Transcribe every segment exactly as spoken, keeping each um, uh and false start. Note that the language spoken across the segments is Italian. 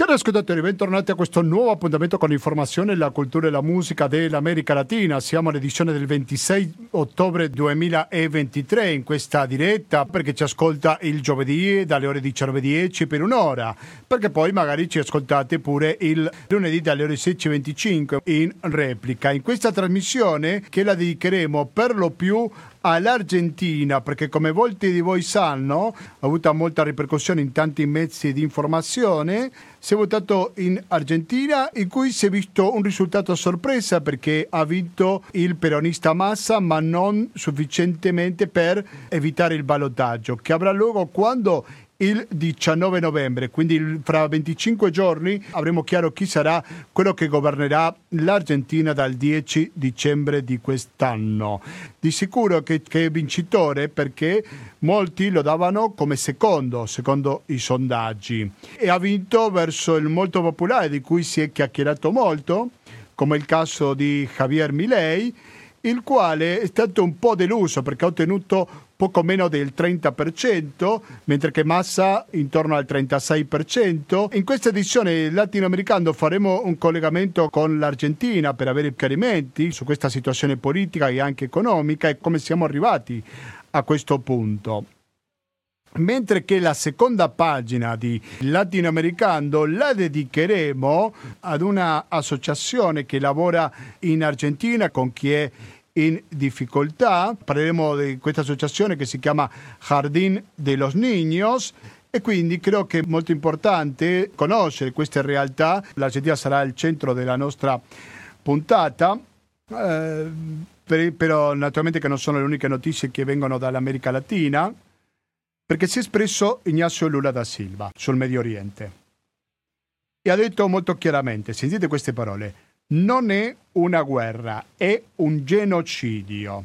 Cari ascoltatori, bentornati a questo nuovo appuntamento con l'informazione, la cultura e la musica dell'America Latina. Siamo all'edizione del ventisei ottobre duemilaventitré in questa diretta, perché ci ascolta il giovedì dalle ore diciannove e dieci per un'ora, perché poi magari ci ascoltate pure il lunedì dalle ore sedici e venticinque in replica. In questa trasmissione, che la dedicheremo per lo più all'Argentina, perché come molti di voi sanno ha avuto molta ripercussione in tanti mezzi di informazione. Si è votato in Argentina, in cui si è visto un risultato a sorpresa, perché ha vinto il peronista Massa, ma non sufficientemente per evitare il ballottaggio, che avrà luogo quando il diciannove novembre, quindi fra venticinque giorni avremo chiaro chi sarà quello che governerà l'Argentina dal dieci dicembre di quest'anno. Di sicuro che, che è vincitore, perché molti lo davano come secondo, secondo i sondaggi, e ha vinto verso il molto popolare di cui si è chiacchierato molto, come il caso di Javier Milei, il quale è stato un po' deluso perché ha ottenuto poco meno del trenta per cento, mentre che Massa intorno al trentasei per cento. In questa edizione latinoamericana faremo un collegamento con l'Argentina per avere chiarimenti su questa situazione politica e anche economica e come siamo arrivati a questo punto. Mentre che la seconda pagina di Latinoamericano la dedicheremo ad una associazione che lavora in Argentina con chi è in difficoltà. Parleremo di questa associazione che si chiama Jardín de los Niños, e quindi credo che è molto importante conoscere queste realtà. L'Argentina sarà il centro della nostra puntata, eh, per, però naturalmente che non sono le uniche notizie che vengono dall'America Latina, perché si è espresso Ignacio Lula da Silva sul Medio Oriente e ha detto molto chiaramente, sentite queste parole: non è una guerra, è un genocidio.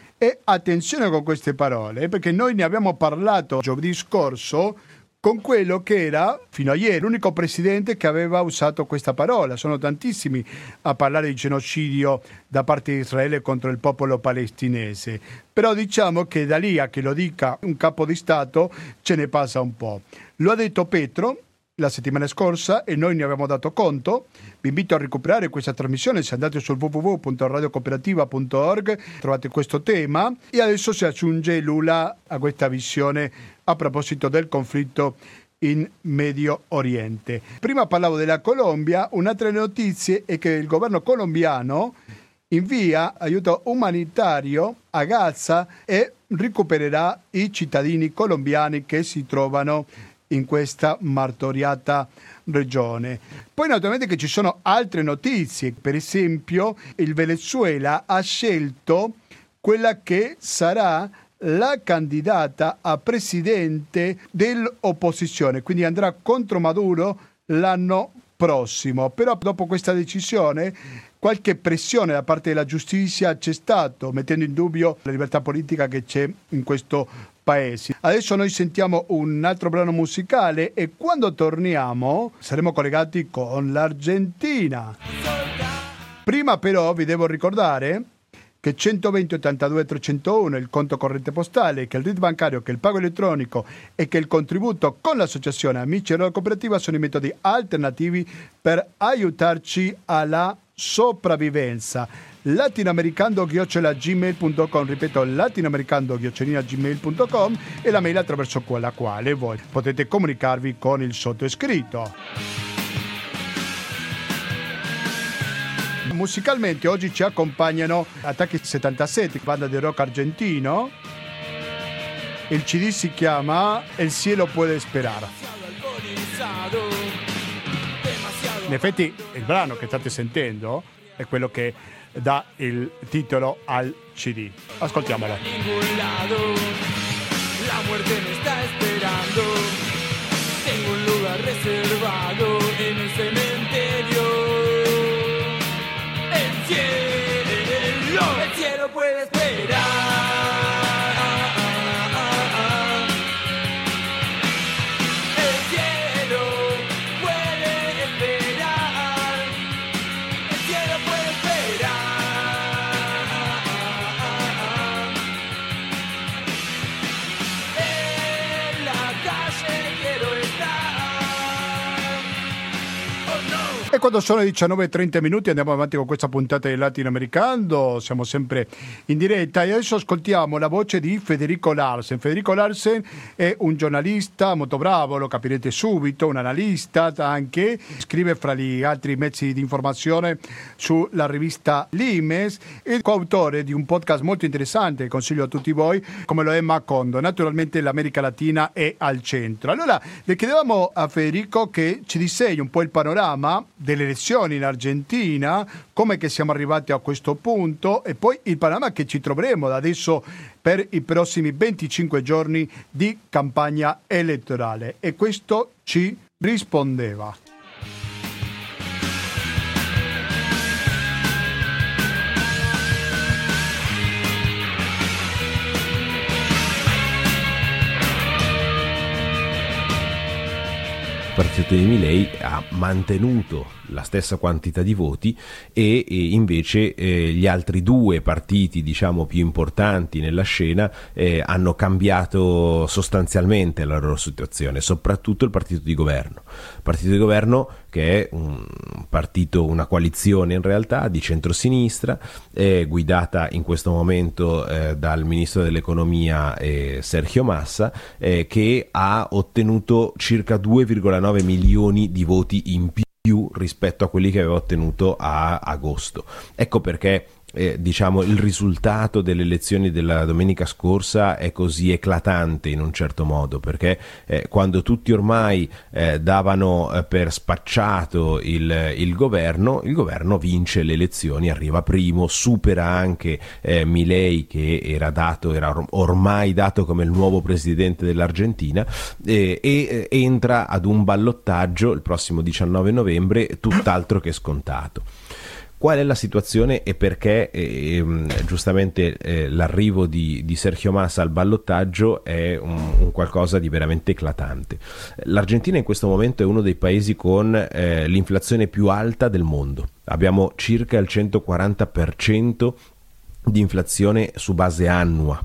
E attenzione con queste parole, perché noi ne abbiamo parlato giovedì scorso con quello che era, fino a ieri, l'unico presidente che aveva usato questa parola. Sono tantissimi a parlare di genocidio da parte di Israele contro il popolo palestinese. Però diciamo che da lì a che lo dica un capo di Stato ce ne passa un po'. Lo ha detto Petro la settimana scorsa e noi ne abbiamo dato conto. Vi invito a recuperare questa trasmissione, se andate sul w w w punto radio cooperativa punto org trovate questo tema, e adesso si aggiunge Lula a questa visione a proposito del conflitto in Medio Oriente. Prima parlavo della Colombia, un'altra notizia è che il governo colombiano invia aiuto umanitario a Gaza e recupererà i cittadini colombiani che si trovano in questa martoriata regione. Poi naturalmente che ci sono altre notizie, per esempio il Venezuela ha scelto quella che sarà la candidata a presidente dell'opposizione, quindi andrà contro Maduro l'anno prossimo. Però dopo questa decisione qualche pressione da parte della giustizia c'è stato, mettendo in dubbio la libertà politica che c'è in questo paese. Adesso noi sentiamo un altro brano musicale e quando torniamo saremo collegati con l'Argentina. Prima però vi devo ricordare che centoventi ottantadue trecentouno è il conto corrente postale, che il R I D bancario, che il pago elettronico e che il contributo con l'associazione Amici della Cooperativa sono i metodi alternativi per aiutarci alla sopravvivenza. latinoamericando chiocciola gmail punto com, ripeto, latinoamericando chiocciola gmail punto com è la mail attraverso la quale voi potete comunicarvi con il sottoscritto. Musicalmente oggi ci accompagnano Attacchi settantasette, banda di rock argentino. Il C D si chiama El cielo puede esperar. In effetti il brano che state sentendo è quello che dà il titolo al C D. Ascoltiamolo. La muerte me está esperando. Tengo un lugar reservado en el cementerio. El cielo, el cielo puede esperar. E quando sono le diciannove e trenta minuti andiamo avanti con questa puntata di Latinoamericano, siamo sempre in diretta e adesso ascoltiamo la voce di Federico Larsen. Federico Larsen è un giornalista molto bravo, lo capirete subito, un analista anche, scrive fra gli altri mezzi di informazione sulla rivista Limes e coautore di un podcast molto interessante che consiglio a tutti voi, come lo è Macondo. Naturalmente l'America Latina è al centro. Allora le chiedevamo a Federico che ci disegni un po' il panorama delle elezioni in Argentina, come che siamo arrivati a questo punto e poi il panorama che ci troveremo da adesso per i prossimi venticinque giorni di campagna elettorale. E questo ci rispondeva. Il partito di Milei ha mantenuto la stessa quantità di voti e, e invece eh, gli altri due partiti, diciamo, più importanti nella scena eh, hanno cambiato sostanzialmente la loro situazione, soprattutto il partito di governo. Il partito di governo che è un partito, una coalizione in realtà di centrosinistra, eh, guidata in questo momento eh, dal ministro dell'economia eh, Sergio Massa, eh, che ha ottenuto circa due virgola nove milioni di voti in più rispetto a quelli che aveva ottenuto a agosto. Ecco perché eh, diciamo il risultato delle elezioni della domenica scorsa è così eclatante in un certo modo, perché eh, quando tutti ormai eh, davano eh, per spacciato il, il governo, il governo vince le elezioni, arriva primo, supera anche eh, Milei, che era dato era or- ormai dato come il nuovo presidente dell'Argentina, eh, e eh, entra ad un ballottaggio il prossimo diciannove novembre tutt'altro che scontato. Qual è la situazione e perché eh, giustamente eh, l'arrivo di, di Sergio Massa al ballottaggio è un, un qualcosa di veramente eclatante. L'Argentina in questo momento è uno dei paesi con eh, l'inflazione più alta del mondo. Abbiamo circa il centoquaranta per cento di inflazione su base annua.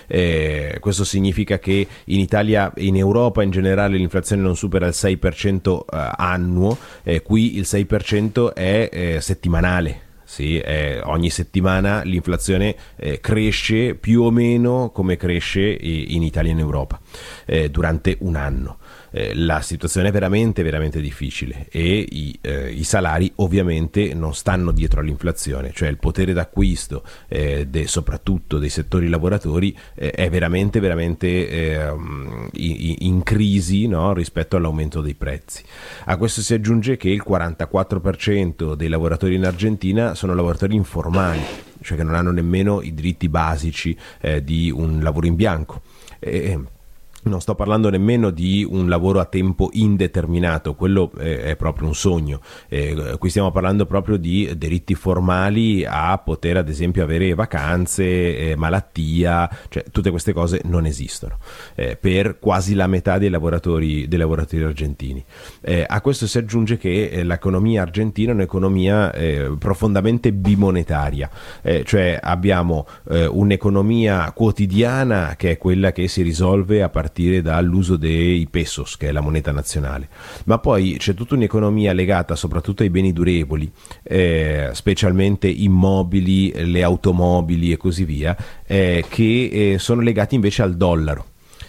Eh, questo significa che in Italia e in Europa in generale l'inflazione non supera il sei per cento eh, annuo, eh, qui il sei per cento è eh, settimanale. Sì, eh, ogni settimana l'inflazione eh, cresce più o meno come cresce in Italia e in Europa eh, durante un anno. Eh, la situazione è veramente veramente difficile e i, eh, i salari ovviamente non stanno dietro all'inflazione, cioè il potere d'acquisto eh, de, soprattutto dei settori lavoratori eh, è veramente veramente eh, in, in crisi, no, rispetto all'aumento dei prezzi. A questo si aggiunge che il quarantaquattro per cento dei lavoratori in Argentina sono lavoratori informali, cioè che non hanno nemmeno i diritti basici eh, di un lavoro in bianco. E, non sto parlando nemmeno di un lavoro a tempo indeterminato, quello è proprio un sogno. Eh, qui stiamo parlando proprio di diritti formali a poter ad esempio avere vacanze, eh, malattia, cioè tutte queste cose non esistono eh, per quasi la metà dei lavoratori, dei lavoratori argentini. Eh, a questo si aggiunge che eh, l'economia argentina è un'economia eh, profondamente bimonetaria, eh, cioè abbiamo eh, un'economia quotidiana che è quella che si risolve a partire dall'uso dei pesos, che è la moneta nazionale, ma poi c'è tutta un'economia legata soprattutto ai beni durevoli, eh, specialmente immobili, le automobili e così via, eh, che eh, sono legati invece al dollaro.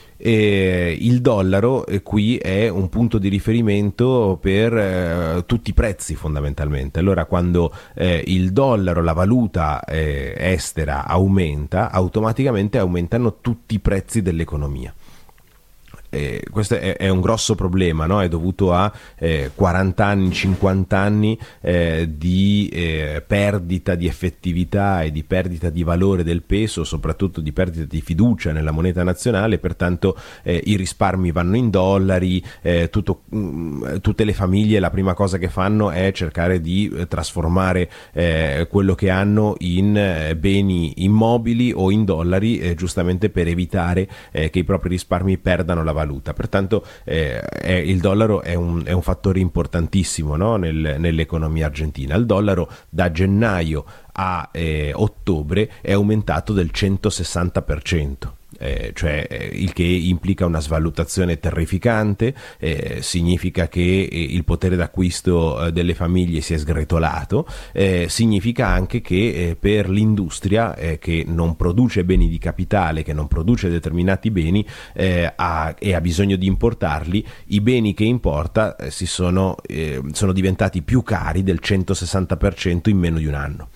E il dollaro eh, qui è un punto di riferimento per eh, tutti i prezzi fondamentalmente. Allora quando eh, il dollaro, la valuta eh, estera aumenta, automaticamente aumentano tutti i prezzi dell'economia. Eh, questo è, è un grosso problema, no? È dovuto a eh, quaranta anni, cinquanta anni eh, di eh, perdita di effettività e di perdita di valore del peso, soprattutto di perdita di fiducia nella moneta nazionale, pertanto eh, i risparmi vanno in dollari, eh, tutto, mh, tutte le famiglie la prima cosa che fanno è cercare di eh, trasformare eh, quello che hanno in eh, beni immobili o in dollari, eh, giustamente per evitare eh, che i propri risparmi perdano la valuta. Pertanto eh, è, il dollaro è un, è un fattore importantissimo, no? Nel, nell'economia argentina. Il dollaro da gennaio a eh, ottobre è aumentato del centosessanta per cento. eh, cioè eh, il che implica una svalutazione terrificante, eh, significa che eh, il potere d'acquisto eh, delle famiglie si è sgretolato, eh, significa anche che eh, per l'industria eh, che non produce beni di capitale, che non produce determinati beni eh, ha, e ha bisogno di importarli, i beni che importa eh, si sono, eh, sono diventati più cari del centosessanta per cento in meno di un anno.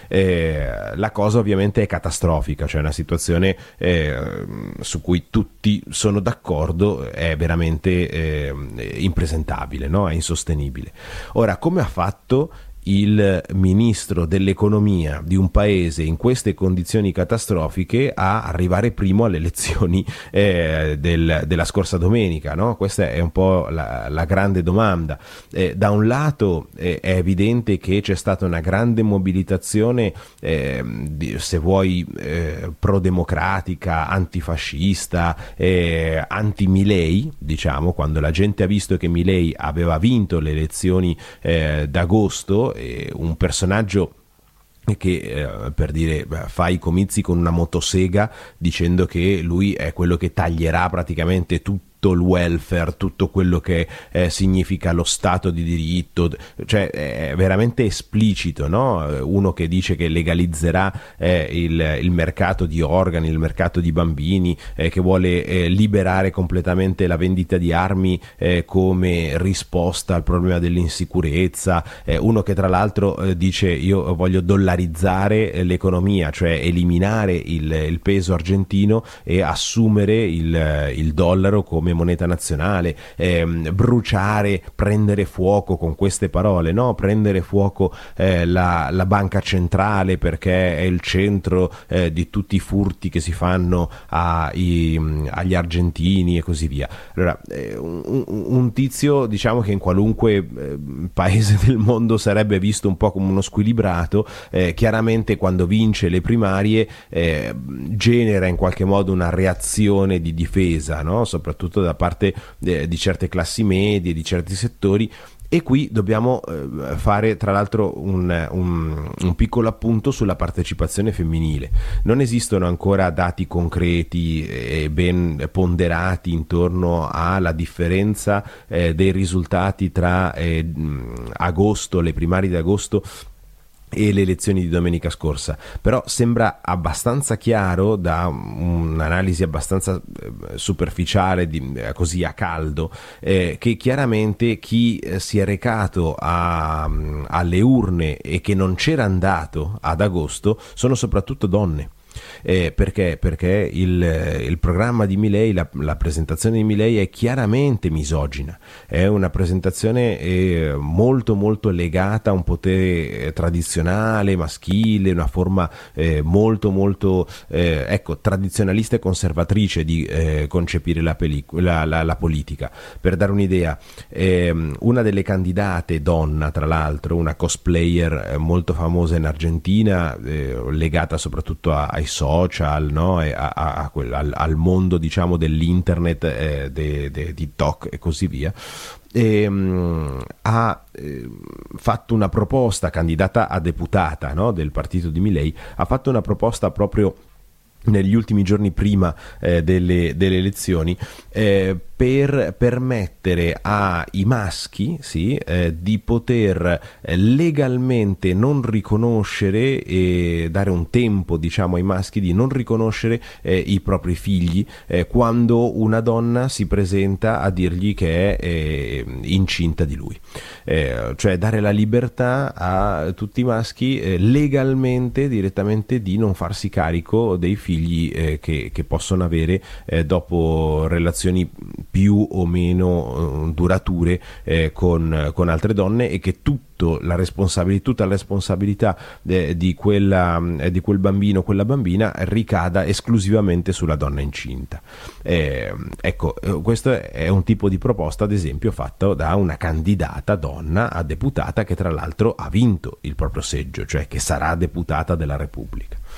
Eh, la cosa ovviamente è catastrofica, cioè una situazione eh, su cui tutti sono d'accordo, è veramente eh, impresentabile, no? È insostenibile. Ora, come ha fatto il ministro dell'economia di un paese in queste condizioni catastrofiche a arrivare primo alle elezioni eh, del, della scorsa domenica, no? Questa è un po' la, la grande domanda. Eh, da un lato eh, è evidente che c'è stata una grande mobilitazione, eh, di, se vuoi, eh, pro-democratica, antifascista, eh, anti-Milei, diciamo, quando la gente ha visto che Milei aveva vinto le elezioni eh, d'agosto, un personaggio che eh, per dire fa i comizi con una motosega dicendo che lui è quello che taglierà praticamente tutto il welfare, tutto quello che eh, significa lo stato di diritto, cioè è veramente esplicito, no? Uno che dice che legalizzerà eh, il, il mercato di organi, il mercato di bambini, eh, che vuole eh, liberare completamente la vendita di armi eh, come risposta al problema dell'insicurezza, eh, uno che tra l'altro eh, dice io voglio dollarizzare eh, l'economia, cioè eliminare il, il peso argentino e assumere il, il dollaro come moneta nazionale, ehm, bruciare, prendere fuoco, con queste parole, no? Prendere fuoco eh, la, la banca centrale perché è il centro eh, di tutti i furti che si fanno ai, agli argentini e così via. Allora, eh, un, un tizio, diciamo, che in qualunque eh, paese del mondo sarebbe visto un po' come uno squilibrato, eh, chiaramente quando vince le primarie eh, genera in qualche modo una reazione di difesa, no? Soprattutto da parte eh, di certe classi medie, di certi settori. E qui dobbiamo eh, fare tra l'altro un, un, un piccolo appunto sulla partecipazione femminile. Non esistono ancora dati concreti e ben ponderati intorno alla differenza eh, dei risultati tra eh, agosto, le primarie di agosto e le elezioni di domenica scorsa, però sembra abbastanza chiaro da un'analisi abbastanza superficiale, di, così a caldo, eh, che chiaramente chi si è recato a, alle urne e che non c'era andato ad agosto sono soprattutto donne. Eh, perché? Perché il, il programma di Milei, la, la presentazione di Milei è chiaramente misogina, è una presentazione eh, molto molto legata a un potere tradizionale, maschile, una forma eh, molto molto eh, ecco, tradizionalista e conservatrice di eh, concepire la, pellic- la, la, la politica. Per dare un'idea, eh, una delle candidate donna, tra l'altro, una cosplayer molto famosa in Argentina, eh, legata soprattutto a, ai social, no? E a, a, a quel, al, al mondo, diciamo, dell'internet, eh, de, de TikTok e così via, e, um, ha eh, fatto una proposta, candidata a deputata, no? Del partito di Milei, ha fatto una proposta proprio negli ultimi giorni prima eh, delle, delle elezioni, eh, per permettere ai maschi sì, eh, di poter eh, legalmente non riconoscere e dare un tempo, diciamo, ai maschi di non riconoscere eh, i propri figli eh, quando una donna si presenta a dirgli che è eh, incinta di lui, eh, cioè dare la libertà a tutti i maschi eh, legalmente, direttamente, di non farsi carico dei figli eh, che, che possono avere eh, dopo relazioni più o meno uh, durature eh, con, con altre donne, e che tutto la responsabilità, tutta la responsabilità eh, di, quella, eh, di quel bambino o quella bambina ricada esclusivamente sulla donna incinta. Eh, ecco, questo è un tipo di proposta, ad esempio, fatta da una candidata donna a deputata che tra l'altro ha vinto il proprio seggio, cioè che sarà deputata della Repubblica.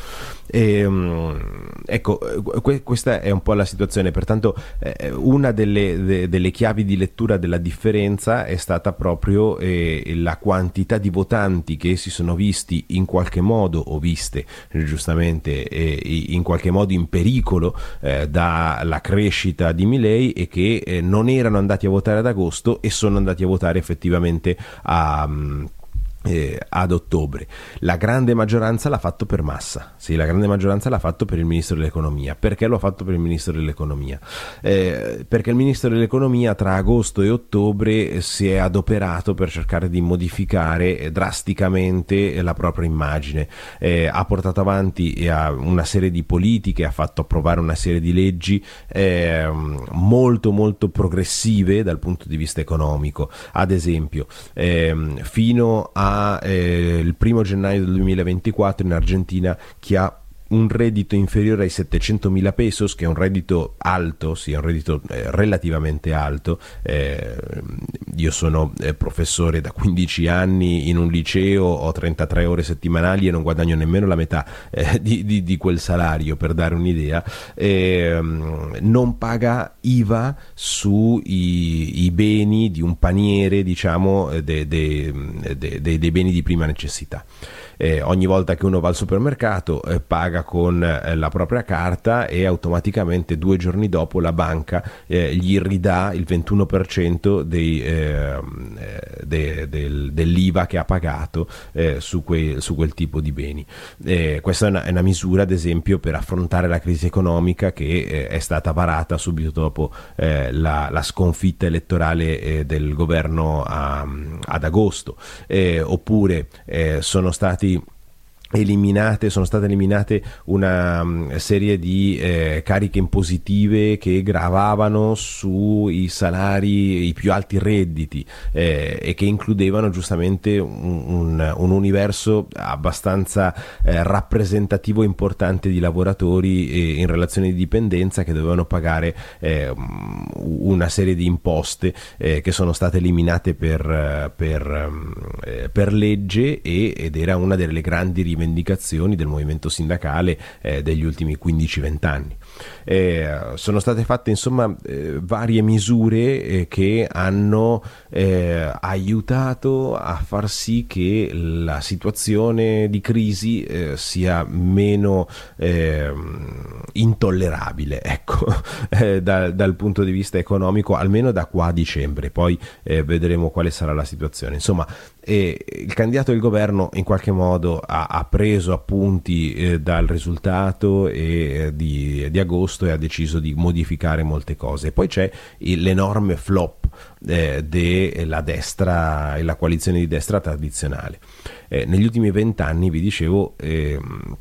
E, ecco, que- questa è un po' la situazione, pertanto eh, una delle, de- delle chiavi di lettura della differenza è stata proprio eh, la quantità di votanti che si sono visti in qualche modo, o viste eh, giustamente eh, in qualche modo in pericolo eh, dalla crescita di Milei, e che eh, non erano andati a votare ad agosto e sono andati a votare effettivamente a... Eh, ad ottobre. La grande maggioranza l'ha fatto per Massa, sì, la grande maggioranza l'ha fatto per il ministro dell'economia. Perché lo ha fatto per il ministro dell'economia? Eh, perché il ministro dell'economia tra agosto e ottobre si è adoperato per cercare di modificare drasticamente la propria immagine, eh, ha portato avanti una serie di politiche, ha fatto approvare una serie di leggi eh, molto molto progressive dal punto di vista economico. Ad esempio, eh, fino a Eh, il primo gennaio del duemilaventiquattro in Argentina chi ha un reddito inferiore ai settecentomila pesos, che è un reddito alto, sì, è un reddito eh, relativamente alto. Eh, io sono eh, professore da quindici anni in un liceo, ho trentatré ore settimanali e non guadagno nemmeno la metà eh, di, di, di quel salario, per dare un'idea. Eh, non paga I V A sui i beni di un paniere, diciamo, dei de, de, de, de beni di prima necessità. Eh, ogni volta che uno va al supermercato eh, paga con eh, la propria carta, e automaticamente due giorni dopo la banca eh, gli ridà il ventuno per cento dei, eh, de, del, dell'I V A che ha pagato eh, su, quei, su quel tipo di beni. Eh, questa è una, è una misura, ad esempio, per affrontare la crisi economica che eh, è stata varata subito dopo eh, la, la sconfitta elettorale eh, del governo a, ad agosto. Eh, oppure eh, sono stati eliminate, sono state eliminate una um, serie di eh, cariche impositive che gravavano sui salari, i più alti redditi, eh, e che includevano giustamente un, un, un universo abbastanza eh, rappresentativo e importante di lavoratori eh, in relazione di dipendenza, che dovevano pagare eh, una serie di imposte eh, che sono state eliminate per, per, eh, per legge, e, ed era una delle grandi rivendicazioni del movimento sindacale eh, degli ultimi quindici venti anni. Eh, sono state fatte insomma eh, varie misure eh, che hanno eh, aiutato a far sì che la situazione di crisi eh, sia meno eh, intollerabile, ecco, eh, da, dal punto di vista economico, almeno da qua a dicembre. Poi eh, vedremo quale sarà la situazione. Insomma, eh, il candidato del governo in qualche modo ha, ha preso appunti eh, dal risultato e, eh, di, di agosto, e ha deciso di modificare molte cose. Poi c'è il, l'enorme flop eh, della destra e la coalizione di destra tradizionale. Eh, negli ultimi vent'anni, vi dicevo, eh,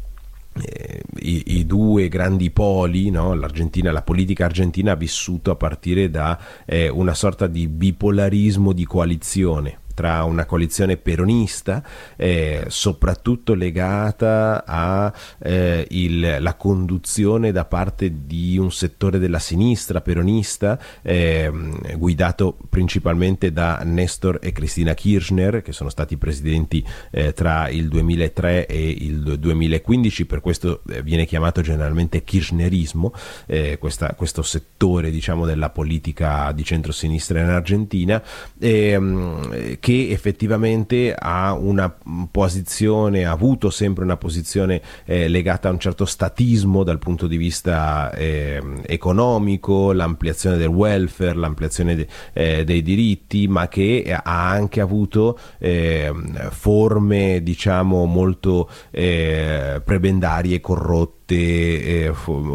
eh, i, i due grandi poli, no? L'Argentina, la politica argentina ha vissuto a partire da eh, una sorta di bipolarismo di coalizione, tra una coalizione peronista eh, soprattutto legata a eh, il, la conduzione da parte di un settore della sinistra peronista eh, guidato principalmente da Néstor e Cristina Kirchner, che sono stati presidenti eh, tra il duemilatré e il duemilaquindici. Per questo eh, viene chiamato generalmente kirchnerismo eh, questa, questo settore, diciamo, della politica di centrosinistra in Argentina, eh, che che effettivamente ha una posizione, ha avuto sempre una posizione eh, legata a un certo statismo dal punto di vista eh, economico, l'ampliazione del welfare, l'ampliazione de, eh, dei diritti, ma che ha anche avuto eh, forme, diciamo, molto eh, prebendarie, corrotte, Eh,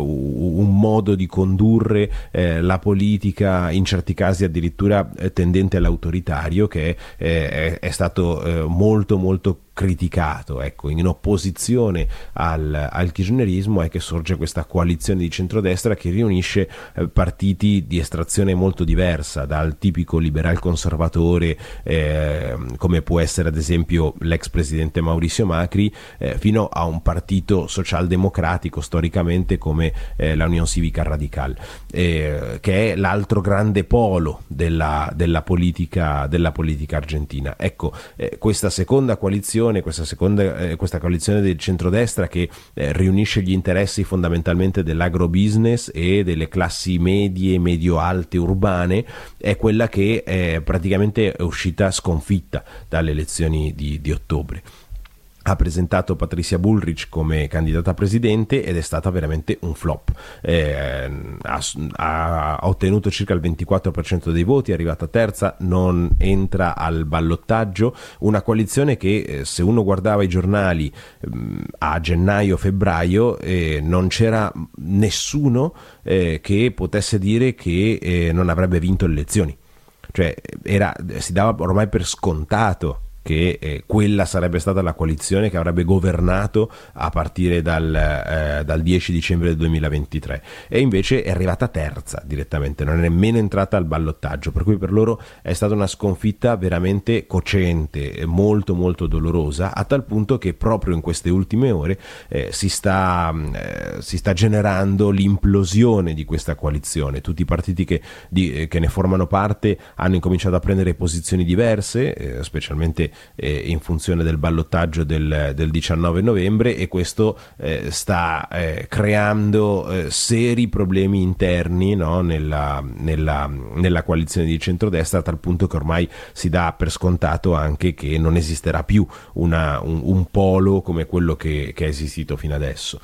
un modo di condurre eh, la politica, in certi casi addirittura eh, tendente all'autoritario, che eh, è, è stato eh, molto molto criticato. Ecco, in opposizione al, al kirchnerismo è che sorge questa coalizione di centrodestra che riunisce eh, partiti di estrazione molto diversa, dal tipico liberal conservatore eh, come può essere ad esempio l'ex presidente Mauricio Macri, eh, fino a un partito socialdemocratico storicamente come eh, la Unión Cívica Radical, eh, che è l'altro grande polo della, della politica della politica argentina. Ecco, eh, questa seconda coalizione coalizione, questa seconda eh, questa coalizione del centrodestra che eh, riunisce gli interessi fondamentalmente dell'agrobusiness e delle classi medie, medio-alte urbane, è quella che eh, praticamente è uscita sconfitta dalle elezioni di, di ottobre. Ha presentato Patricia Bullrich come candidata a presidente ed è stata veramente un flop. Eh, ha, ha ottenuto circa il ventiquattro per cento dei voti, è arrivata terza, non entra al ballottaggio. Una coalizione che, eh, se uno guardava i giornali eh, a gennaio-febbraio, eh, non c'era nessuno eh, che potesse dire che eh, non avrebbe vinto le elezioni. Cioè, era, si dava ormai per scontato che eh, quella sarebbe stata la coalizione che avrebbe governato a partire dal, eh, dal dieci dicembre del duemilaventitré, e invece è arrivata terza direttamente, non è nemmeno entrata al ballottaggio, per cui per loro è stata una sconfitta veramente cocente, molto molto dolorosa, a tal punto che proprio in queste ultime ore eh, si, sta, eh, si sta generando l'implosione di questa coalizione. Tutti i partiti che, di, eh, che ne formano parte hanno incominciato a prendere posizioni diverse, eh, specialmente in funzione del ballottaggio del, del diciannove novembre, e questo eh, sta eh, creando eh, seri problemi interni, no, nella, nella, nella coalizione di centrodestra, a tal punto che ormai si dà per scontato anche che non esisterà più una, un, un polo come quello che, che è esistito fino adesso.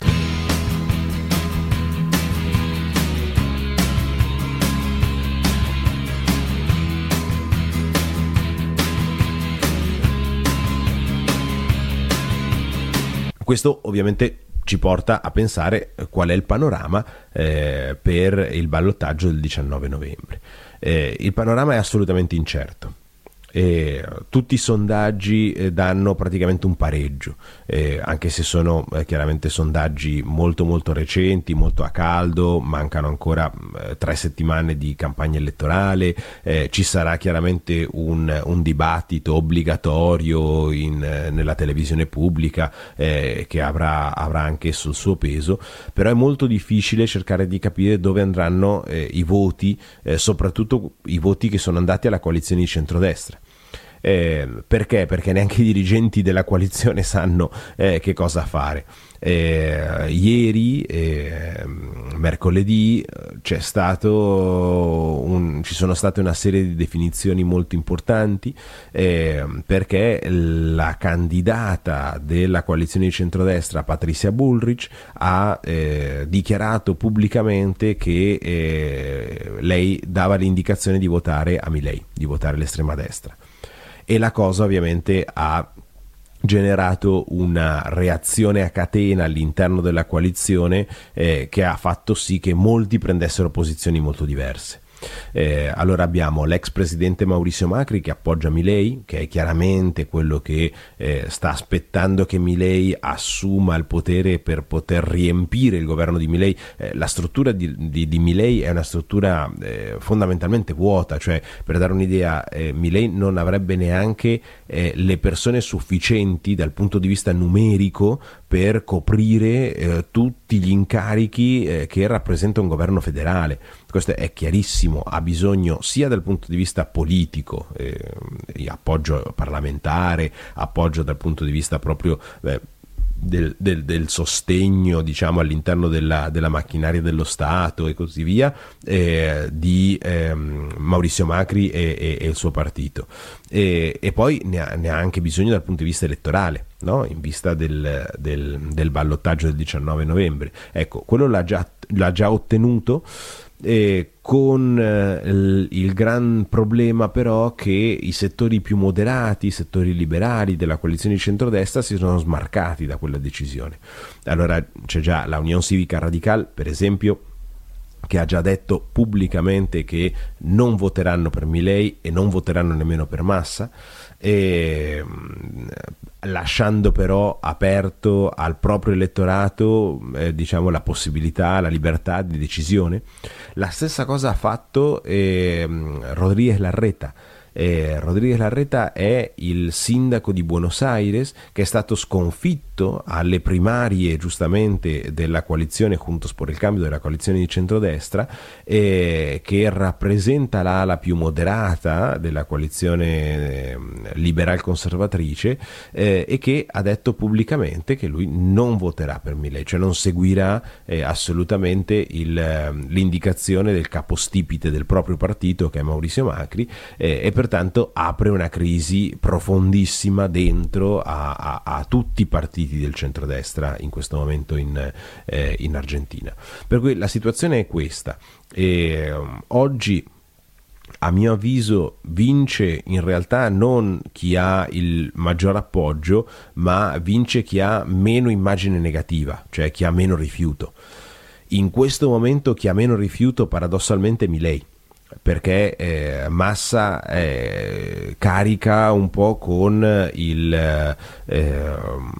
Questo ovviamente ci porta a pensare qual è il panorama eh, per il ballottaggio del diciannove novembre. Eh, il panorama è assolutamente incerto. E tutti i sondaggi eh, danno praticamente un pareggio, eh, anche se sono eh, chiaramente sondaggi molto molto recenti, molto a caldo, mancano ancora eh, tre settimane di campagna elettorale, eh, ci sarà chiaramente un, un dibattito obbligatorio in, eh, nella televisione pubblica eh, che avrà, avrà anche esso il suo peso, però è molto difficile cercare di capire dove andranno eh, i voti, eh, soprattutto i voti che sono andati alla coalizione di centrodestra. Eh, perché? Perché neanche i dirigenti della coalizione sanno eh, che cosa fare. Eh, ieri, eh, mercoledì, c'è stato un, ci sono state una serie di definizioni molto importanti eh, perché la candidata della coalizione di centrodestra, Patricia Bullrich, ha eh, dichiarato pubblicamente che eh, lei dava l'indicazione di votare a Milei, di votare l'estrema destra. E la cosa ovviamente ha generato una reazione a catena all'interno della coalizione eh, che ha fatto sì che molti prendessero posizioni molto diverse. Eh, allora abbiamo l'ex presidente Mauricio Macri che appoggia Milei, che è chiaramente quello che eh, sta aspettando che Milei assuma il potere per poter riempire il governo di Milei. Eh, la struttura di, di, di Milei è una struttura eh, fondamentalmente vuota, cioè, per dare un'idea, eh, Milei non avrebbe neanche eh, le persone sufficienti dal punto di vista numerico per coprire eh, tutti gli incarichi eh, che rappresenta un governo federale. Questo è chiarissimo, ha bisogno sia dal punto di vista politico, eh, appoggio parlamentare, appoggio dal punto di vista proprio eh, del, del, del sostegno, diciamo, all'interno della, della macchinaria dello Stato e così via, eh, di eh, Mauricio Macri e, e, e il suo partito. E, e poi ne ha, ne ha anche bisogno dal punto di vista elettorale, no? In vista del, del, del ballottaggio del diciannove novembre. Ecco, quello l'ha già, l'ha già ottenuto. E con eh, il, il gran problema però che i settori più moderati, i settori liberali della coalizione di centrodestra si sono smarcati da quella decisione. Allora c'è già la Unión Cívica Radical, per esempio, che ha già detto pubblicamente che non voteranno per Milei e non voteranno nemmeno per Massa, e lasciando però aperto al proprio elettorato eh, diciamo la possibilità, la libertà di decisione. La stessa cosa ha fatto eh, Rodríguez Larreta, Eh, Rodríguez Larreta è il sindaco di Buenos Aires che è stato sconfitto alle primarie giustamente della coalizione Juntos por el Cambio, della coalizione di centrodestra, eh, che rappresenta l'ala più moderata della coalizione eh, liberal conservatrice, eh, e che ha detto pubblicamente che lui non voterà per Milei, cioè non seguirà eh, assolutamente il, l'indicazione del capostipite del proprio partito, che è Mauricio Macri, eh, e pertanto apre una crisi profondissima dentro a, a, a tutti i partiti del centrodestra in questo momento in, eh, in Argentina. Per cui la situazione è questa. E, um, oggi a mio avviso vince in realtà non chi ha il maggior appoggio, ma vince chi ha meno immagine negativa, cioè chi ha meno rifiuto. In questo momento chi ha meno rifiuto paradossalmente è Milei, perché eh, Massa eh, carica un po' con il, eh,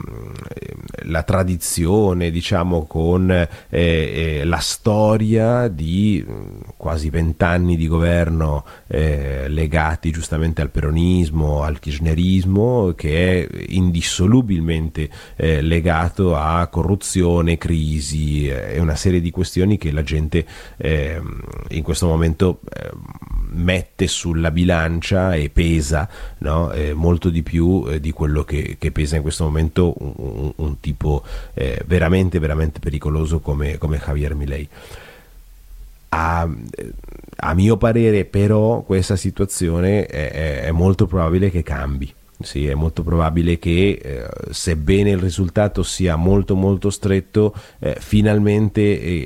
la tradizione, diciamo, con eh, eh, la storia di quasi vent'anni di governo eh, legati giustamente al peronismo, al kirchnerismo, che è indissolubilmente eh, legato a corruzione, crisi e eh, una serie di questioni che la gente eh, in questo momento eh, mette sulla bilancia e pesa, no? eh, molto di più eh, di quello che, che pesa in questo momento un, un, un tipo eh, veramente veramente pericoloso come, come Javier Milei. A, a mio parere però questa situazione è, è molto probabile che cambi. Sì, è molto probabile che eh, sebbene il risultato sia molto molto stretto, eh, finalmente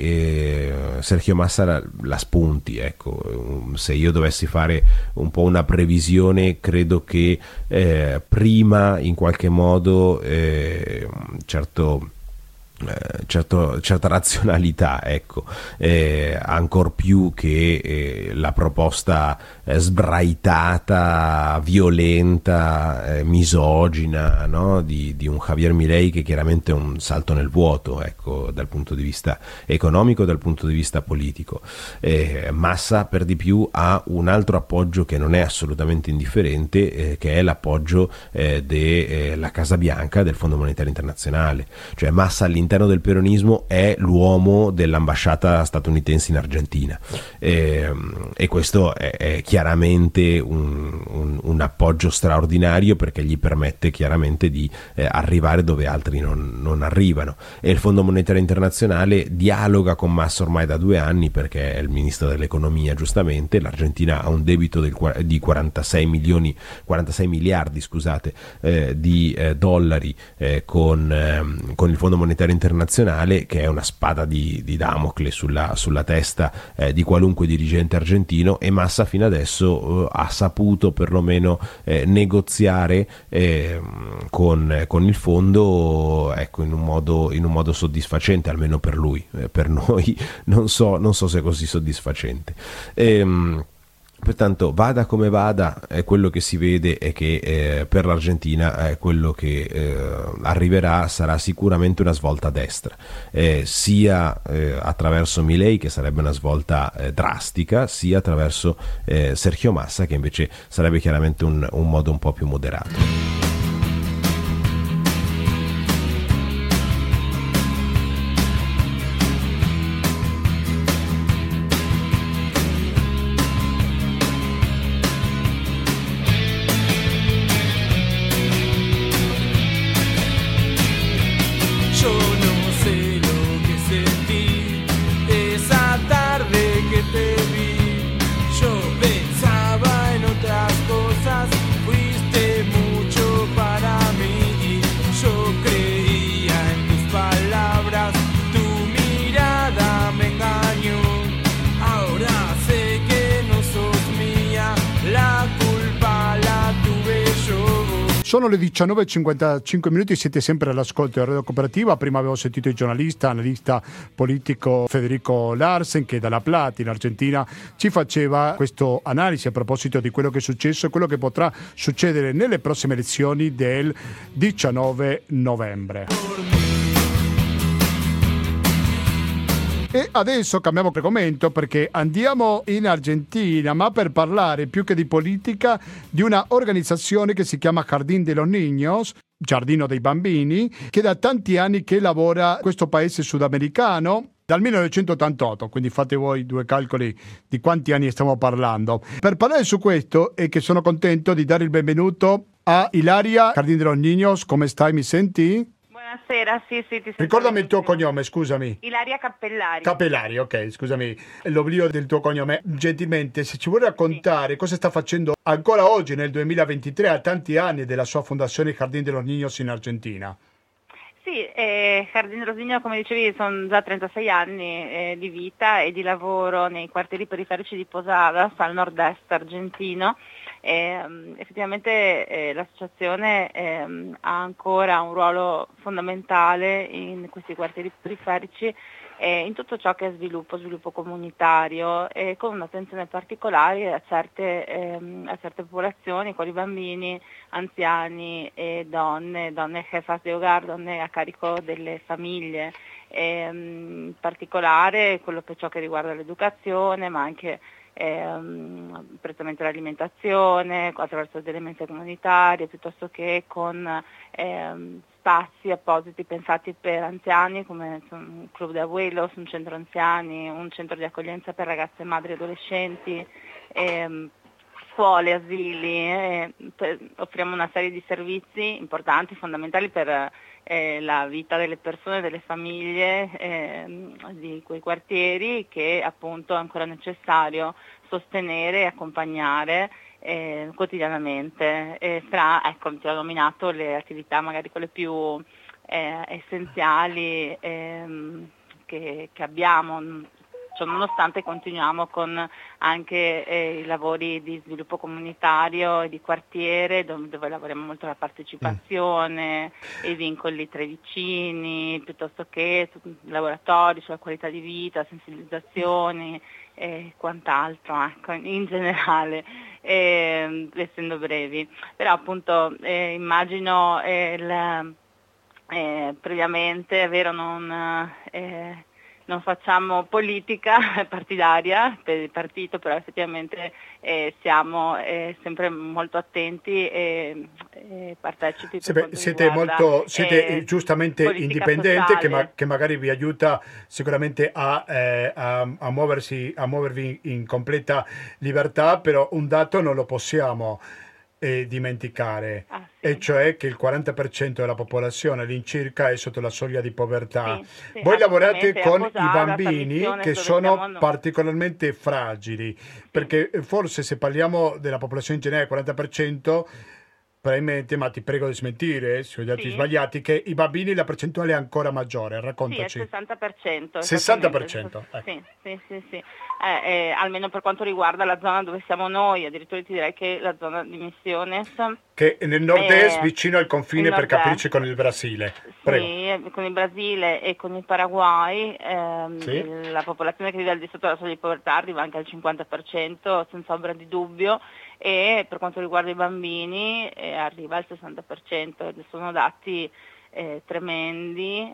eh, Sergio Massa la, la spunti. Ecco, se io dovessi fare un po' una previsione, credo che eh, prima in qualche modo eh, certo Eh, certo, certa razionalità, ecco, eh, ancor più che eh, la proposta eh, sbraitata, violenta, eh, misogina, no? di, di un Javier Milei, che chiaramente è un salto nel vuoto, ecco, dal punto di vista economico, dal punto di vista politico. eh, Massa per di più ha un altro appoggio che non è assolutamente indifferente, eh, che è l'appoggio eh, della Casa Bianca, del Fondo Monetario Internazionale. Cioè Massa all'interno all'interno del peronismo è l'uomo dell'ambasciata statunitense in Argentina, e, e questo è, è chiaramente un, un, un appoggio straordinario, perché gli permette chiaramente di eh, arrivare dove altri non, non arrivano. E il Fondo Monetario Internazionale dialoga con Massa ormai da due anni, perché è il ministro dell'economia, giustamente. L'Argentina ha un debito del, di quarantasei milioni, quarantasei miliardi scusate, eh, di eh, dollari eh, con, eh, con il Fondo Monetario Internazionale, che è una spada di, di Damocle sulla, sulla testa eh, di qualunque dirigente argentino, e Massa fino adesso eh, ha saputo perlomeno eh, negoziare eh, con, con il fondo, ecco, in un modo, in un modo soddisfacente, almeno per lui. Eh, per noi non so, non so se è così soddisfacente. Ehm, Pertanto vada come vada, eh, quello che si vede è che eh, per l'Argentina eh, quello che eh, arriverà sarà sicuramente una svolta a destra, eh, sia eh, attraverso Milei, che sarebbe una svolta eh, drastica, sia attraverso eh, Sergio Massa, che invece sarebbe chiaramente un, un modo un po' più moderato. Sono le diciannove e cinquantacinque minuti, siete sempre all'ascolto di Radio Cooperativa. Prima avevo sentito il giornalista, analista politico Federico Larsen, che dalla Plata in Argentina ci faceva questa analisi a proposito di quello che è successo e quello che potrà succedere nelle prossime elezioni del diciannove novembre. E adesso cambiamo argomento perché andiamo in Argentina, ma per parlare più che di politica di una organizzazione che si chiama Jardín de los Niños, Giardino dei Bambini, che da tanti anni che lavora in questo paese sudamericano, dal millenovecentottantotto, quindi fate voi due calcoli di quanti anni stiamo parlando. Per parlare su questo è che sono contento di dare il benvenuto a Ilaria Jardín de los Niños. Come stai, mi senti? Buonasera, sì, sì, ti sento. Ricordami il tuo benissimo. cognome, scusami. Ilaria Cappellari. Cappellari, ok, scusami, l'oblio del tuo cognome. Gentilmente, se ci vuoi raccontare sì. cosa sta facendo ancora oggi, nel duemilaventitré, a tanti anni della sua fondazione Jardín de los Niños in Argentina. Sì, eh, Jardín de los Niños, come dicevi, sono già trentasei anni eh, di vita e di lavoro nei quartieri periferici di Posadas, al nord-est argentino. E, um, effettivamente eh, l'associazione eh, ha ancora un ruolo fondamentale in questi quartieri periferici eh, in tutto ciò che è sviluppo, sviluppo comunitario e con un'attenzione particolare a certe, ehm, a certe popolazioni, quali bambini, anziani e donne, donne jefas de hogar, donne a carico delle famiglie, e, um, in particolare quello per ciò che riguarda l'educazione, ma anche ehm, prettamente l'alimentazione, attraverso delle mense comunitarie, piuttosto che con ehm, spazi appositi pensati per anziani come un club de abuelos, un centro anziani, un centro di accoglienza per ragazze, madri e adolescenti, ehm, scuole, asili, eh, per, offriamo una serie di servizi importanti, fondamentali per eh, la vita delle persone, delle famiglie eh, di quei quartieri che appunto è ancora necessario sostenere e accompagnare eh, quotidianamente. E fra, ecco, ti ho nominato le attività magari quelle più eh, essenziali ehm, che, che abbiamo. Cioè, nonostante continuiamo con anche eh, i lavori di sviluppo comunitario e di quartiere dove, dove lavoriamo molto la partecipazione, mm. i vincoli tra i vicini, piuttosto che laboratori sulla qualità di vita, sensibilizzazioni e quant'altro, ecco, in generale, eh, essendo brevi. Però appunto eh, immagino eh, il, eh, previamente, è vero, non... Eh, non facciamo politica partidaria per il partito, però effettivamente eh, siamo eh, sempre molto attenti e, e partecipi. Sì, per beh, siete riguarda, molto, siete eh, giustamente indipendente, che, ma, che magari vi aiuta sicuramente a, eh, a, a, muoversi, a muovervi in completa libertà, però un dato non lo possiamo eh, dimenticare, ah, sì. e cioè che il quaranta per cento della popolazione all'incirca è sotto la soglia di povertà. Sì, sì, Voi lavorate con Posada, i bambini che sono particolarmente fragili, sì. perché forse se parliamo della popolazione in generale, il quaranta per cento, probabilmente, ma ti prego di smentire se ho dati sì. sbagliati, che i bambini la percentuale è ancora maggiore, raccontaci. Sì, è il sessanta per cento. sessanta per cento, ecco. Sì, sì, sì, sì. Eh, eh, almeno per quanto riguarda la zona dove siamo noi, addirittura ti direi che la zona di Misiones, che è nel nord-est, eh, vicino al confine, per capirci, con il Brasile. Prego. Sì, con il Brasile e con il Paraguay, ehm, sì. la popolazione che vive al di sotto della soglia di povertà arriva anche al cinquanta per cento senza ombra di dubbio, e per quanto riguarda i bambini eh, arriva al sessanta per cento. Sono dati eh, tremendi,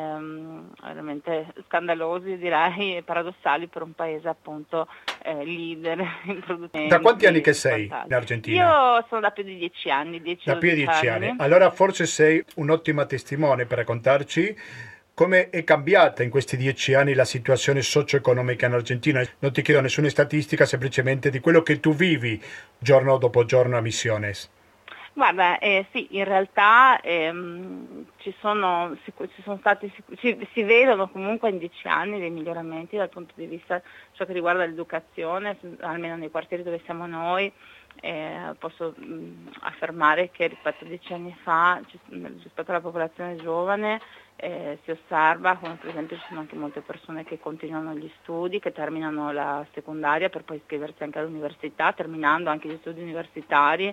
ehm, veramente scandalosi, direi, e paradossali per un paese appunto eh, leader in produzione. Da quanti anni che sei in Argentina? Io sono da più di dieci anni. dieci da più di dieci anni. anni. Allora forse sei un'ottima testimone per raccontarci come è cambiata in questi dieci anni la situazione socio-economica in Argentina. Non ti chiedo nessuna statistica, semplicemente di quello che tu vivi giorno dopo giorno a Misiones. Guarda, eh, sì, in realtà ehm, ci sono, ci sono stati, si, si vedono comunque in dieci anni dei miglioramenti dal punto di vista ciò che riguarda l'educazione, almeno nei quartieri dove siamo noi. Eh, posso mh, affermare che rispetto a dieci anni fa, rispetto alla popolazione giovane, eh, si osserva come per esempio ci sono anche molte persone che continuano gli studi, che terminano la secondaria per poi iscriversi anche all'università, terminando anche gli studi universitari,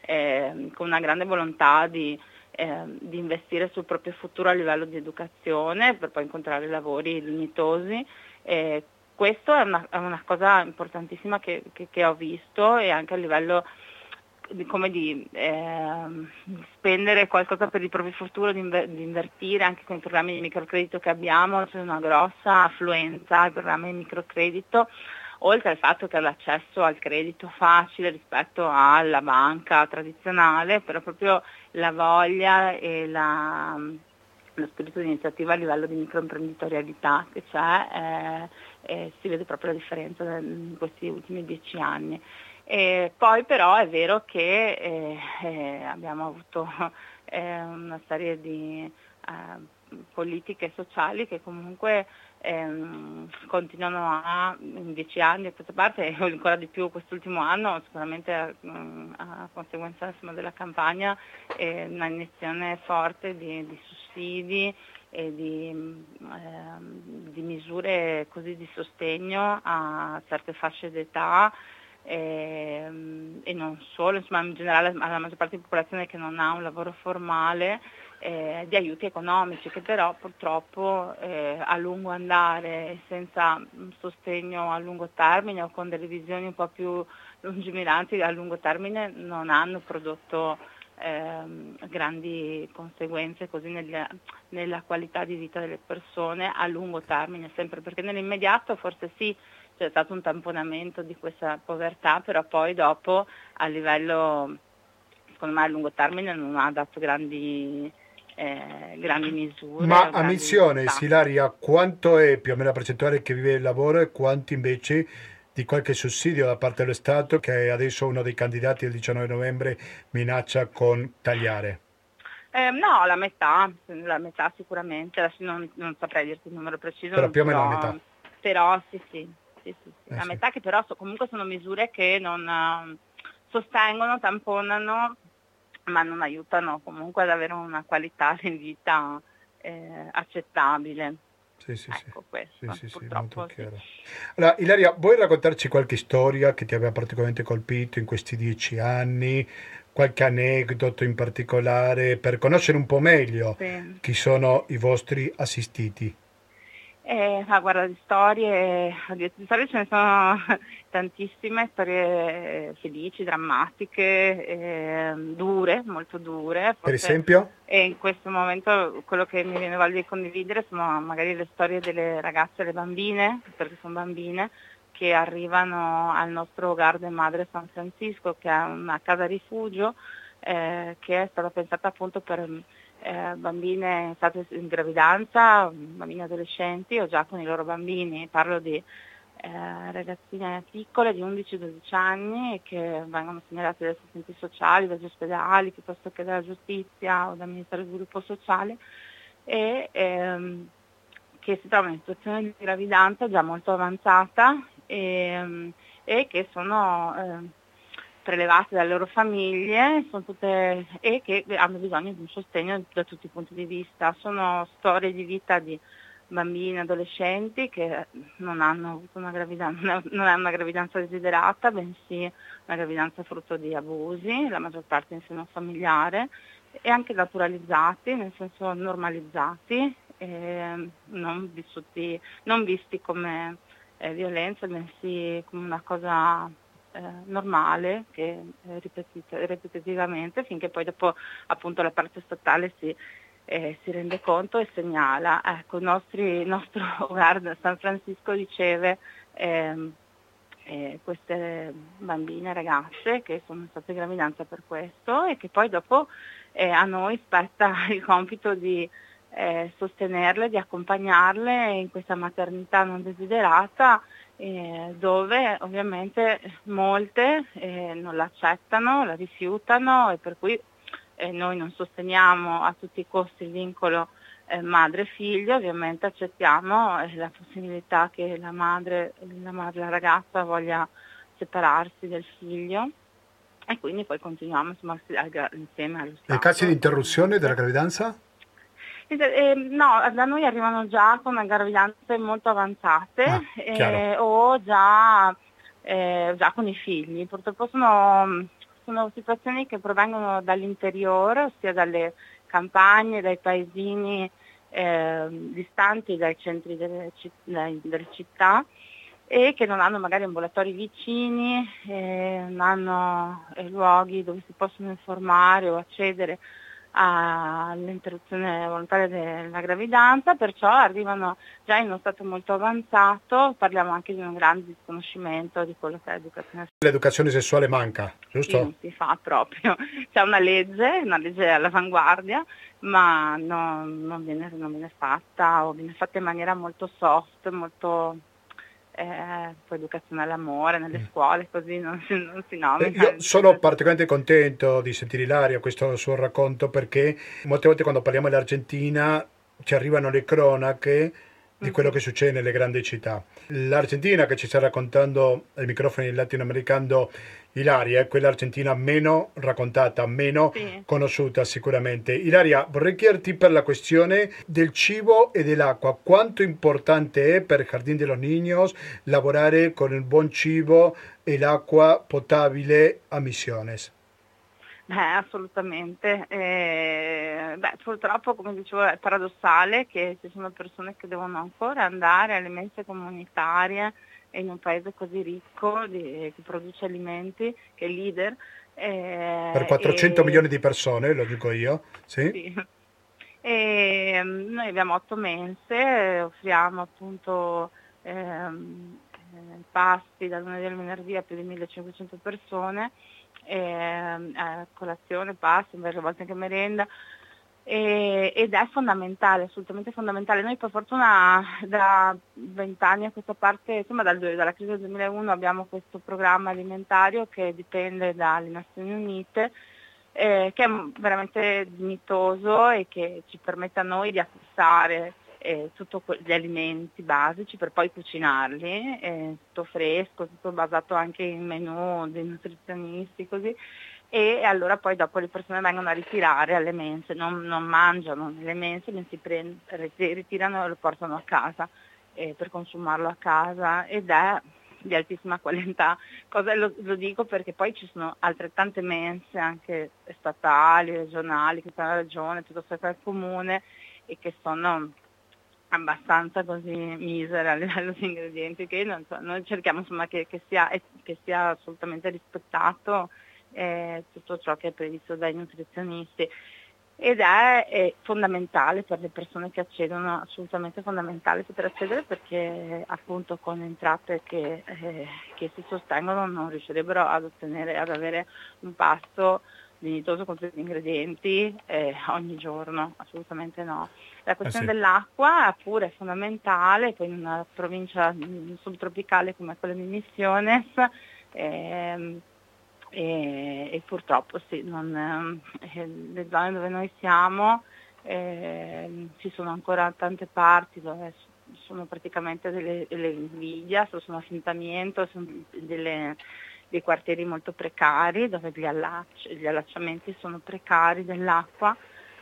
eh, con una grande volontà di, eh, di investire sul proprio futuro a livello di educazione per poi incontrare lavori dignitosi. Eh, Questo è una, è una cosa importantissima che, che, che ho visto, e anche a livello di come di eh, spendere qualcosa per il proprio futuro, di, inver- di invertire anche con i programmi di microcredito che abbiamo. C'è una grossa affluenza ai programmi di microcredito, oltre al fatto che l'accesso al credito facile rispetto alla banca tradizionale, però proprio la voglia e la, lo spirito di iniziativa a livello di microimprenditorialità che c'è, eh, eh, si vede proprio la differenza in questi ultimi dieci anni. E poi però è vero che eh, eh, abbiamo avuto eh, una serie di eh, politiche sociali che comunque ehm, continuano a, in dieci anni a questa parte, e ancora di più quest'ultimo anno, sicuramente a, a conseguenza insomma, della campagna, eh, una iniezione forte di, di sussidi e di, eh, di misure così di sostegno a certe fasce d'età. E, e non solo, insomma in generale alla maggior parte della popolazione che non ha un lavoro formale, eh, di aiuti economici che però purtroppo eh, a lungo andare, senza un sostegno a lungo termine o con delle visioni un po' più lungimiranti a lungo termine, non hanno prodotto eh, grandi conseguenze così nella, nella qualità di vita delle persone a lungo termine, sempre perché nell'immediato forse sì, c'è stato un tamponamento di questa povertà, però poi dopo a livello, secondo me a lungo termine, non ha dato grandi, eh, grandi misure. Ma a grandi Missione, risultati. Ilaria, quanto è più o meno la percentuale che vive il lavoro e quanto invece di qualche sussidio da parte dello Stato che adesso uno dei candidati il diciannove novembre minaccia con tagliare? Eh, no, la metà, la metà sicuramente, adesso non, non saprei dirti il numero preciso, Però più o meno però, la metà. però sì sì. Sì, sì, sì. Eh La sì. metà che però so, comunque sono misure che non uh, sostengono, tamponano, ma non aiutano comunque ad avere una qualità di vita eh, accettabile. Sì, sì, Ecco sì. questo, Sì, sì, sì, purtroppo molto sì. chiaro. Allora, Ilaria, vuoi raccontarci qualche storia che ti aveva particolarmente colpito in questi dieci anni? Qualche aneddoto in particolare per conoscere un po' meglio Sì. chi sono i vostri assistiti? Eh, ah, guarda, di storie, oddio, di storie ce ne sono tantissime, storie felici, drammatiche, eh, dure, molto dure. Per Forse esempio? e in questo momento quello che mi viene voglia di condividere sono magari le storie delle ragazze e le bambine, perché sono bambine, che arrivano al nostro Garden Madre San Francisco, che è una casa rifugio eh, che è stata pensata appunto per eh, bambine state in gravidanza, bambini adolescenti o già con i loro bambini. Parlo di eh, ragazzine piccole di undici dodici anni che vengono segnalate dai assistenti sociali, dagli ospedali, piuttosto che dalla giustizia o dal Ministero dello Sviluppo Sociale, e ehm, che si trovano in situazione di gravidanza già molto avanzata e, e che sono eh, prelevate dalle loro famiglie, sono tutte, e che hanno bisogno di un sostegno da tutti i punti di vista. Sono storie di vita di bambini, adolescenti che non hanno avuto una gravidanza, non è una gravidanza desiderata, bensì una gravidanza frutto di abusi, la maggior parte in seno familiare, e anche naturalizzati, nel senso normalizzati, eh, non, vissuti, non visti come eh, violenza, bensì come una cosa eh, normale che eh, ripetita, ripetitivamente, finché poi dopo appunto la parte statale si, eh, si rende conto e segnala. Ecco, i nostri, il nostro Garden San Francisco riceve ehm, eh, queste bambine ragazze che sono state in gravidanza per questo e che poi dopo eh, a noi spetta il compito di eh, sostenerle, di accompagnarle in questa maternità non desiderata, eh, dove ovviamente molte eh, non l'accettano, la rifiutano, e per cui eh, noi non sosteniamo a tutti i costi il vincolo eh, madre-figlio. Ovviamente accettiamo eh, la possibilità che la madre, la madre, la ragazza voglia separarsi del figlio, e quindi poi continuiamo insomma, insieme allo Stato. Nei casi di interruzione della gravidanza? Eh, no, da noi arrivano già con gravidanze molto avanzate Ah, eh, o già, eh, già con i figli. Purtroppo sono, sono situazioni che provengono dall'interiore, ossia dalle campagne, dai paesini eh, distanti dai centri delle, delle città, e che non hanno magari ambulatori vicini, eh, non hanno eh, luoghi dove si possono informare o accedere all'interruzione volontaria della gravidanza, perciò arrivano già in uno stato molto avanzato. Parliamo anche di un grande disconoscimento di quello che è l'educazione sessuale. L'educazione sessuale manca, giusto? Sì, non si fa proprio, c'è una legge, una legge all'avanguardia, ma no, non, viene, non viene fatta, o viene fatta in maniera molto soft, molto eh, poi educazione all'amore nelle scuole, così non si, non si nomina. Eh, io sono particolarmente contento di sentire Ilaria questo suo racconto, perché molte volte quando parliamo dell'Argentina ci arrivano le cronache di quello che succede nelle grandi città. L'Argentina che ci sta raccontando ai microfoni latinoamericano Ilaria è quella argentina meno raccontata, meno sì. conosciuta sicuramente. Ilaria, vorrei chiederti per la questione del cibo e dell'acqua, quanto importante è per il Jardín de los Niños lavorare con il buon cibo e l'acqua potabile a Misiones? Beh, assolutamente. Eh, beh, purtroppo, come dicevo, è paradossale che ci sono persone che devono ancora andare alle mense comunitarie in un paese così ricco, di, che produce alimenti, che è leader. Eh, per quattrocento e... milioni di persone, lo dico io. Sì. sì. E, noi abbiamo otto mense, offriamo appunto ehm, pasti dal lunedì al venerdì a più di millecinquecento persone. Eh, eh, colazione, pasta, a volte anche merenda, eh, ed è fondamentale, assolutamente fondamentale. Noi per fortuna da vent'anni a questa parte, insomma dal, dalla crisi del duemilauno abbiamo questo programma alimentario che dipende dalle Nazioni Unite, eh, che è veramente dignitoso e che ci permette a noi di acquistare Eh, tutti gli alimenti basici per poi cucinarli, eh, tutto fresco, tutto basato anche in menù dei nutrizionisti, così, e allora poi dopo le persone vengono a ritirare alle mense, non, non mangiano nelle mense, ma si prend- ritirano e lo portano a casa eh, per consumarlo a casa, ed è di altissima qualità. Cosa lo, lo dico perché poi ci sono altrettante mense anche statali, regionali, che sono la regione, piuttosto che il comune, e che sono abbastanza così misera a livello di ingredienti, che non so, noi cerchiamo insomma che, che, sia, che sia assolutamente rispettato eh, tutto ciò che è previsto dai nutrizionisti, ed è, è fondamentale per le persone che accedono, assolutamente fondamentale poter accedere, perché appunto con entrate che, eh, che si sostengono non riuscirebbero ad ottenere, ad avere un pasto dignitoso con tutti gli ingredienti eh, ogni giorno, assolutamente no. La questione eh sì. dell'acqua pure è fondamentale, poi in una provincia subtropicale come quella di Misiones, eh, e, e purtroppo sì, non, eh, le zone dove noi siamo eh, ci sono ancora tante parti dove sono praticamente delle, delle invidias, sono assentamientos, sono delle dei quartieri molto precari dove gli, allacci, gli allacciamenti sono precari dell'acqua,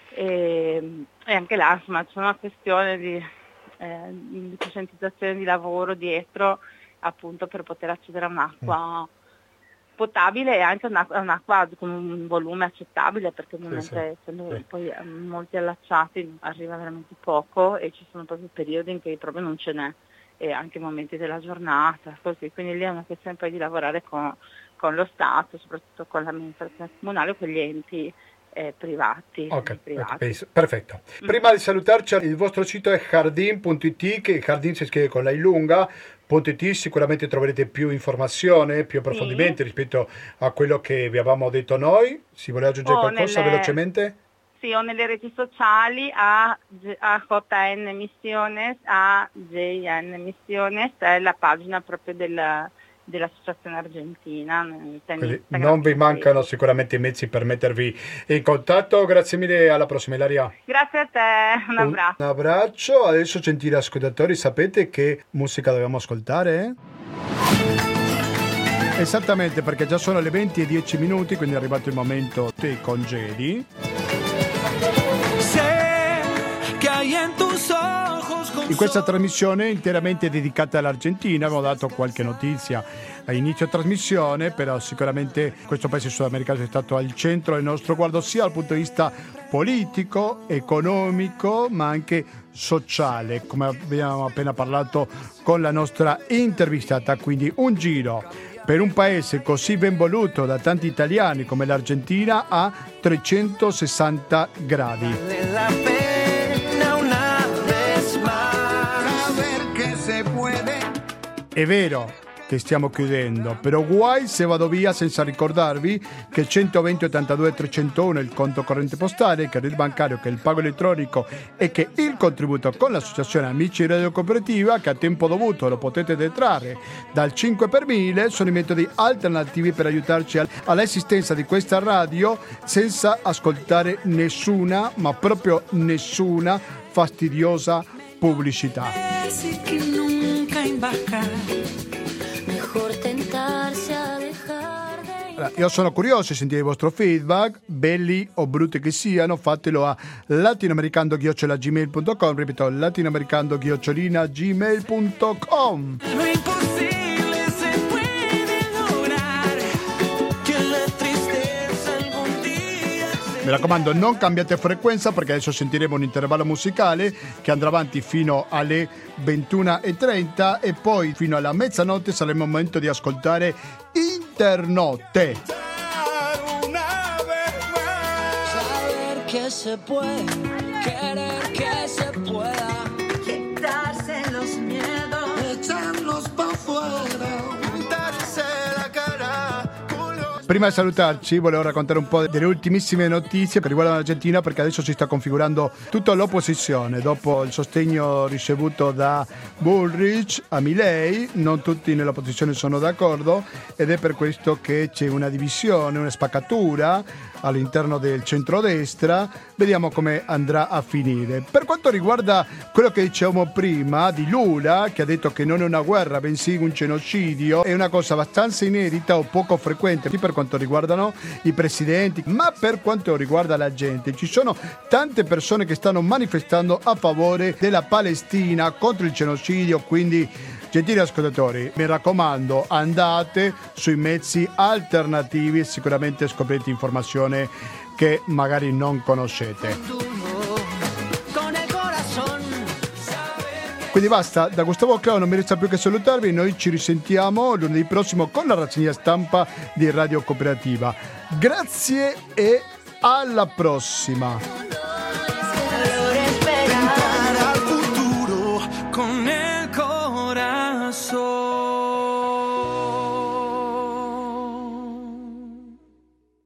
e, e anche là insomma c'è una questione di, eh, di coscientizzazione di lavoro dietro, appunto per poter accedere a un'acqua mm. potabile, e anche un'acqua, un'acqua con un volume accettabile, perché ovviamente sì, sì. Sì. poi molti allacciati arriva veramente poco e ci sono proprio periodi in cui proprio non ce n'è, e anche momenti della giornata, così. Quindi lì è una questione poi di lavorare con, con lo Stato, soprattutto con l'amministrazione comunale o con gli enti eh, privati. Okay, privati. Okay, perfetto. Mm. Prima di salutarci, il vostro sito è jardin punto it, che Jardin si scrive con la I lunga, .it, sicuramente troverete più informazione, più approfondimenti sì. rispetto a quello che vi avevamo detto noi. Si vuole aggiungere oh, qualcosa nelle... velocemente? Sì, o nelle reti sociali a, a J N Misiones, a J N Misiones, è la pagina proprio del, dell'associazione argentina. Non vi mancano sicuramente i mezzi per mettervi in contatto. Grazie mille, alla prossima Ilaria. Grazie a te, un abbraccio. Un abbraccio. Adesso, gentili ascoltatori, sapete che musica dobbiamo ascoltare? Esattamente, perché già sono le venti e dieci minuti, quindi è arrivato il momento dei congedi. Sé que hay en tus ojos In questa trasmissione interamente dedicata all'Argentina abbiamo dato qualche notizia a inizio trasmissione, però sicuramente questo paese sudamericano è stato al centro del nostro guardo sia dal punto di vista politico, economico, ma anche sociale, come abbiamo appena parlato con la nostra intervistata. Quindi un giro per un paese così ben voluto da tanti italiani come l'Argentina a trecentosessanta gradi. È vero che stiamo chiudendo, però guai se vado via senza ricordarvi che centoventi ottantadue trecentouno è il conto corrente postale, che è il bancario, che è il pago elettronico e che il contributo con l'associazione Amici Radio Cooperativa, che a tempo dovuto lo potete detrarre dal cinque per mille, sono i metodi alternativi per aiutarci all'esistenza di questa radio senza ascoltare nessuna, ma proprio nessuna fastidiosa pubblicità. Allora, io sono curioso di sentire il vostro feedback, belli o brutti che siano, fatelo a latinoamericando chiocciola gmail punto com, ripeto, latinoamericando chiocciola gmail punto com. Mi raccomando, non cambiate frequenza perché adesso sentiremo un intervallo musicale che andrà avanti fino alle ventuno e trenta e poi fino alla mezzanotte sarà il momento di ascoltare Internotte. Saber que se puede, querer que se pueda, quitarse los miedos, echarlos pa' fuera. Prima di salutarci volevo raccontare un po' delle ultimissime notizie che riguardano l'Argentina, perché adesso si sta configurando tutta l'opposizione dopo il sostegno ricevuto da Bullrich a Milei. Non tutti nell'opposizione sono d'accordo ed è per questo che c'è una divisione, una spaccatura all'interno del centrodestra. Vediamo come andrà a finire. Per quanto riguarda quello che dicevamo prima di Lula, che ha detto che non è una guerra bensì un genocidio, è una cosa abbastanza inedita o poco frequente per quanto riguardano i presidenti, ma per quanto riguarda la gente ci sono tante persone che stanno manifestando a favore della Palestina, contro il genocidio. Quindi, gentili ascoltatori, mi raccomando, andate sui mezzi alternativi e sicuramente scoprite informazioni che magari non conoscete. Quindi basta, da Gustavo Clau non mi resta più che salutarvi. Noi ci risentiamo lunedì prossimo con la rassegna stampa di Radio Cooperativa. Grazie e alla prossima.